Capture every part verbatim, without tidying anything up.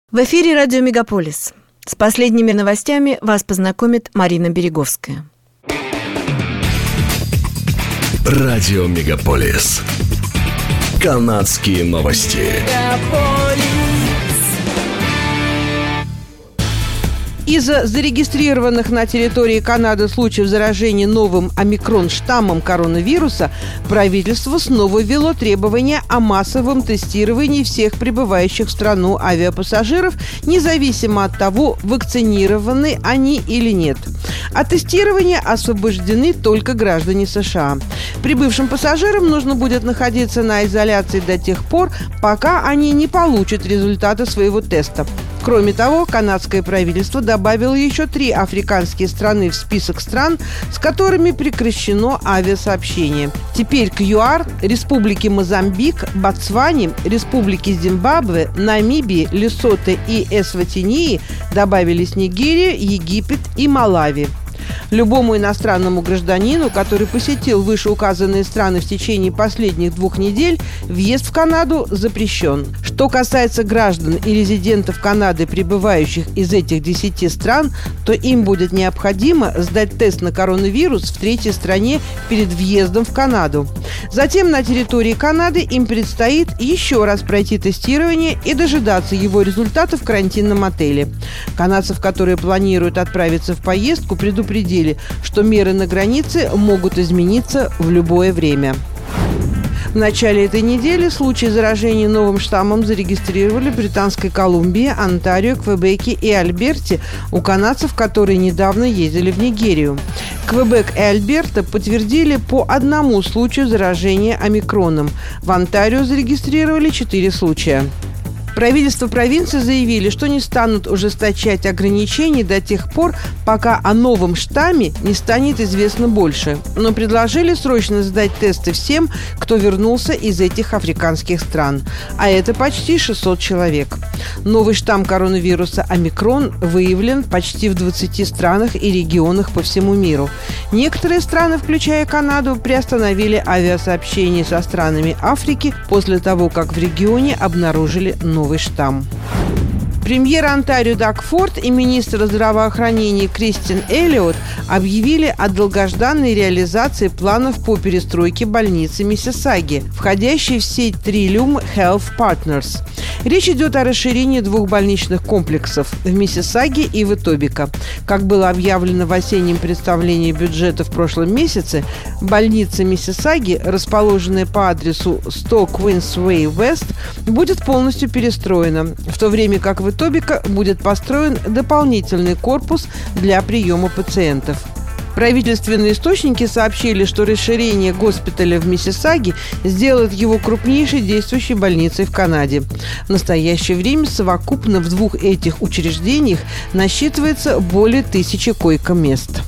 В эфире радио «Мегаполис». С последними новостями вас познакомит Марина Береговская. Радио «Мегаполис». Канадские новости. Из-за зарегистрированных на территории Канады случаев заражения новым омикрон-штаммом коронавируса правительство снова ввело требования о массовом тестировании всех прибывающих в страну авиапассажиров, независимо от того, вакцинированы они или нет. От тестирования освобождены только граждане США. Прибывшим пассажирам нужно будет находиться на изоляции до тех пор, пока они не получат результаты своего теста. Кроме того, канадское правительство добавило еще три африканские страны в список стран, с которыми прекращено авиасообщение. Теперь к ЮАР, Республике Мозамбик, Ботсване, Республике Зимбабве, Намибии, Лесото и Эсватинии добавились Нигерия, Египет и Малави. Любому иностранному гражданину, который посетил вышеуказанные страны в течение последних двух недель, въезд в Канаду запрещен. Что касается граждан и резидентов Канады, прибывающих из этих десяти стран, то им будет необходимо сдать тест на коронавирус в третьей стране перед въездом в Канаду. Затем на территории Канады им предстоит еще раз пройти тестирование и дожидаться его результатов в карантинном отеле. Канадцев, которые планируют отправиться в поездку, предупредили, что меры на границе могут измениться в любое время. В начале этой недели случаи заражения новым штаммом зарегистрировали в Британской Колумбии, Онтарио, Квебеке и Альберте у канадцев, которые недавно ездили в Нигерию. Квебек и Альберта подтвердили по одному случаю заражения омикроном. В Онтарио зарегистрировали четыре случая. Правительство провинции заявили, что не станут ужесточать ограничения до тех пор, пока о новом штамме не станет известно больше, но предложили срочно сдать тесты всем, кто вернулся из этих африканских стран, а это почти шестьсот человек. Новый штамм коронавируса омикрон выявлен почти в двадцати странах и регионах по всему миру. Некоторые страны, включая Канаду, приостановили авиасообщение со странами Африки после того, как в регионе обнаружили новый штамм. Премьер Онтарио Даг Форд и министр здравоохранения Кристин Эллиот объявили о долгожданной реализации планов по перестройке больницы Миссисаги, входящей в сеть Trillium Health Partners. Речь идет о расширении двух больничных комплексов в Миссисаге и в Этобико. Как было объявлено в осеннем представлении бюджета в прошлом месяце, больница Миссисаги, расположенная по адресу сто Queensway West, будет полностью перестроена, в то время как в Этобико будет построен дополнительный корпус для приема пациентов. Правительственные источники сообщили, что расширение госпиталя в Миссисаге сделает его крупнейшей действующей больницей в Канаде. В настоящее время совокупно в двух этих учреждениях насчитывается более тысячи койко-мест.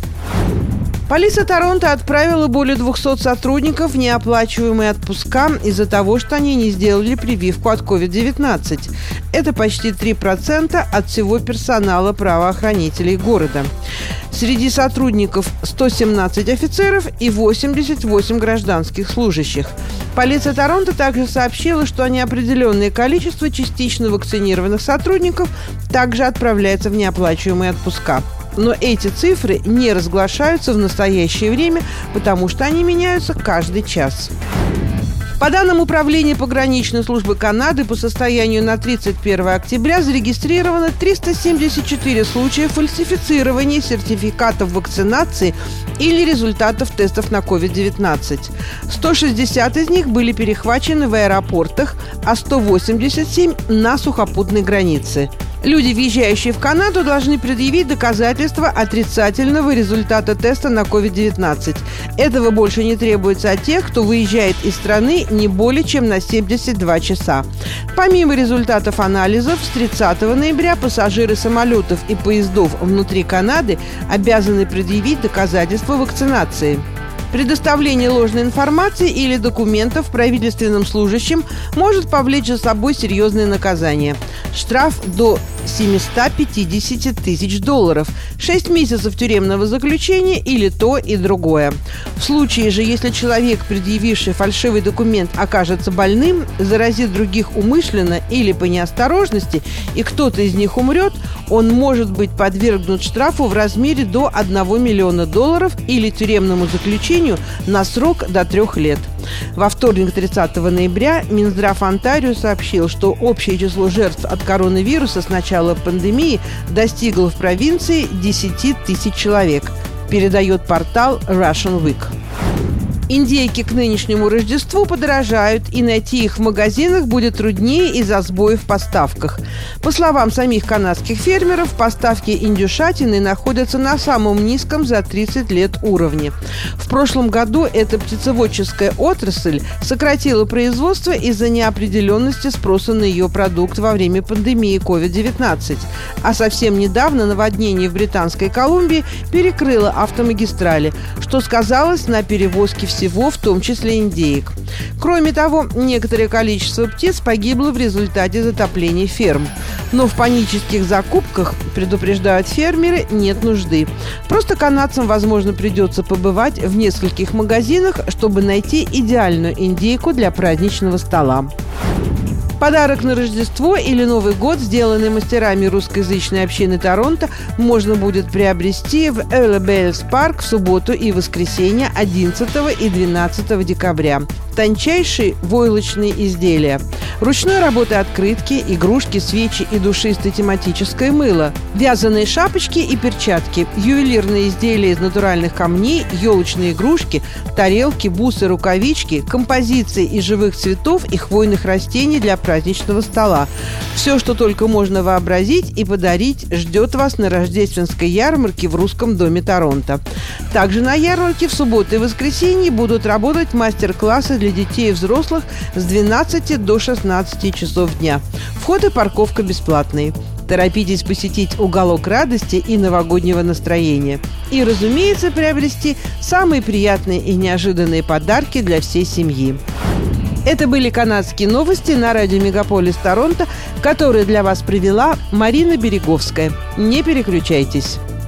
Полиция Торонто отправила более двухсот сотрудников в неоплачиваемые отпуска из-за того, что они не сделали прививку от ковид девятнадцать. Это почти три процента от всего персонала правоохранителей города. Среди сотрудников сто семнадцать офицеров и восемьдесят восемь гражданских служащих. Полиция Торонто также сообщила, что неопределенное количество частично вакцинированных сотрудников также отправляется в неоплачиваемые отпуска. Но эти цифры не разглашаются в настоящее время, потому что они меняются каждый час. По данным Управления пограничной службы Канады, по состоянию на тридцать первое октября зарегистрировано триста семьдесят четыре случая фальсифицирования сертификатов вакцинации или результатов тестов на ковид девятнадцать. сто шестьдесят из них были перехвачены в аэропортах, а сто восемьдесят семь на сухопутной границе. Люди, въезжающие в Канаду, должны предъявить доказательства отрицательного результата теста на ковид девятнадцать. Этого больше не требуется от тех, кто выезжает из страны не более чем на семьдесят два часа. Помимо результатов анализов, с тридцатого ноября пассажиры самолетов и поездов внутри Канады обязаны предъявить доказательства вакцинации. Предоставление ложной информации или документов правительственным служащим может повлечь за собой серьезные наказания. Штраф до семьсот пятьдесят тысяч долларов, шесть месяцев тюремного заключения или то и другое. В случае же, если человек, предъявивший фальшивый документ, окажется больным, заразит других умышленно или по неосторожности, и кто-то из них умрет, он может быть подвергнут штрафу в размере до одного миллиона долларов или тюремному заключению на срок до трех лет. Во вторник, тридцатого ноября, Минздрав Онтарио сообщил, что общее число жертв от коронавируса с начала пандемии достигло в провинции десять тысяч человек, передает портал Russian Week. Индейки к нынешнему Рождеству подорожают, и найти их в магазинах будет труднее из-за сбоев в поставках. По словам самих канадских фермеров, поставки индюшатины находятся на самом низком за тридцать лет уровне. В прошлом году эта птицеводческая отрасль сократила производство из-за неопределенности спроса на ее продукт во время пандемии ковид девятнадцать. А совсем недавно наводнение в Британской Колумбии перекрыло автомагистрали, что сказалось на перевозке всего всего, в том числе индеек. Кроме того, некоторое количество птиц погибло в результате затопления ферм. Но в панических закупках, предупреждают фермеры, нет нужды. Просто канадцам, возможно, придется побывать в нескольких магазинах, чтобы найти идеальную индейку для праздничного стола. Подарок на Рождество или Новый год, сделанный мастерами русскоязычной общины Торонто, можно будет приобрести в Early Bells Park в субботу и воскресенье одиннадцатого и двенадцатого декабря. Тончайшие войлочные изделия, ручной работы открытки, игрушки, свечи и душистое тематическое мыло, вязаные шапочки и перчатки, ювелирные изделия из натуральных камней, елочные игрушки, тарелки, бусы, рукавички, композиции из живых цветов и хвойных растений для праздничного стола. Все, что только можно вообразить и подарить, ждет вас на рождественской ярмарке в Русском доме Торонто. Также на ярмарке в субботу и воскресенье будут работать мастер-классы для детей и взрослых с двенадцати до шестнадцати часов дня. Вход и парковка бесплатные. Торопитесь посетить уголок радости и новогоднего настроения. И, разумеется, приобрести самые приятные и неожиданные подарки для всей семьи. Это были канадские новости на радио Мегаполис Торонто, которые для вас привела Марина Береговская. Не переключайтесь.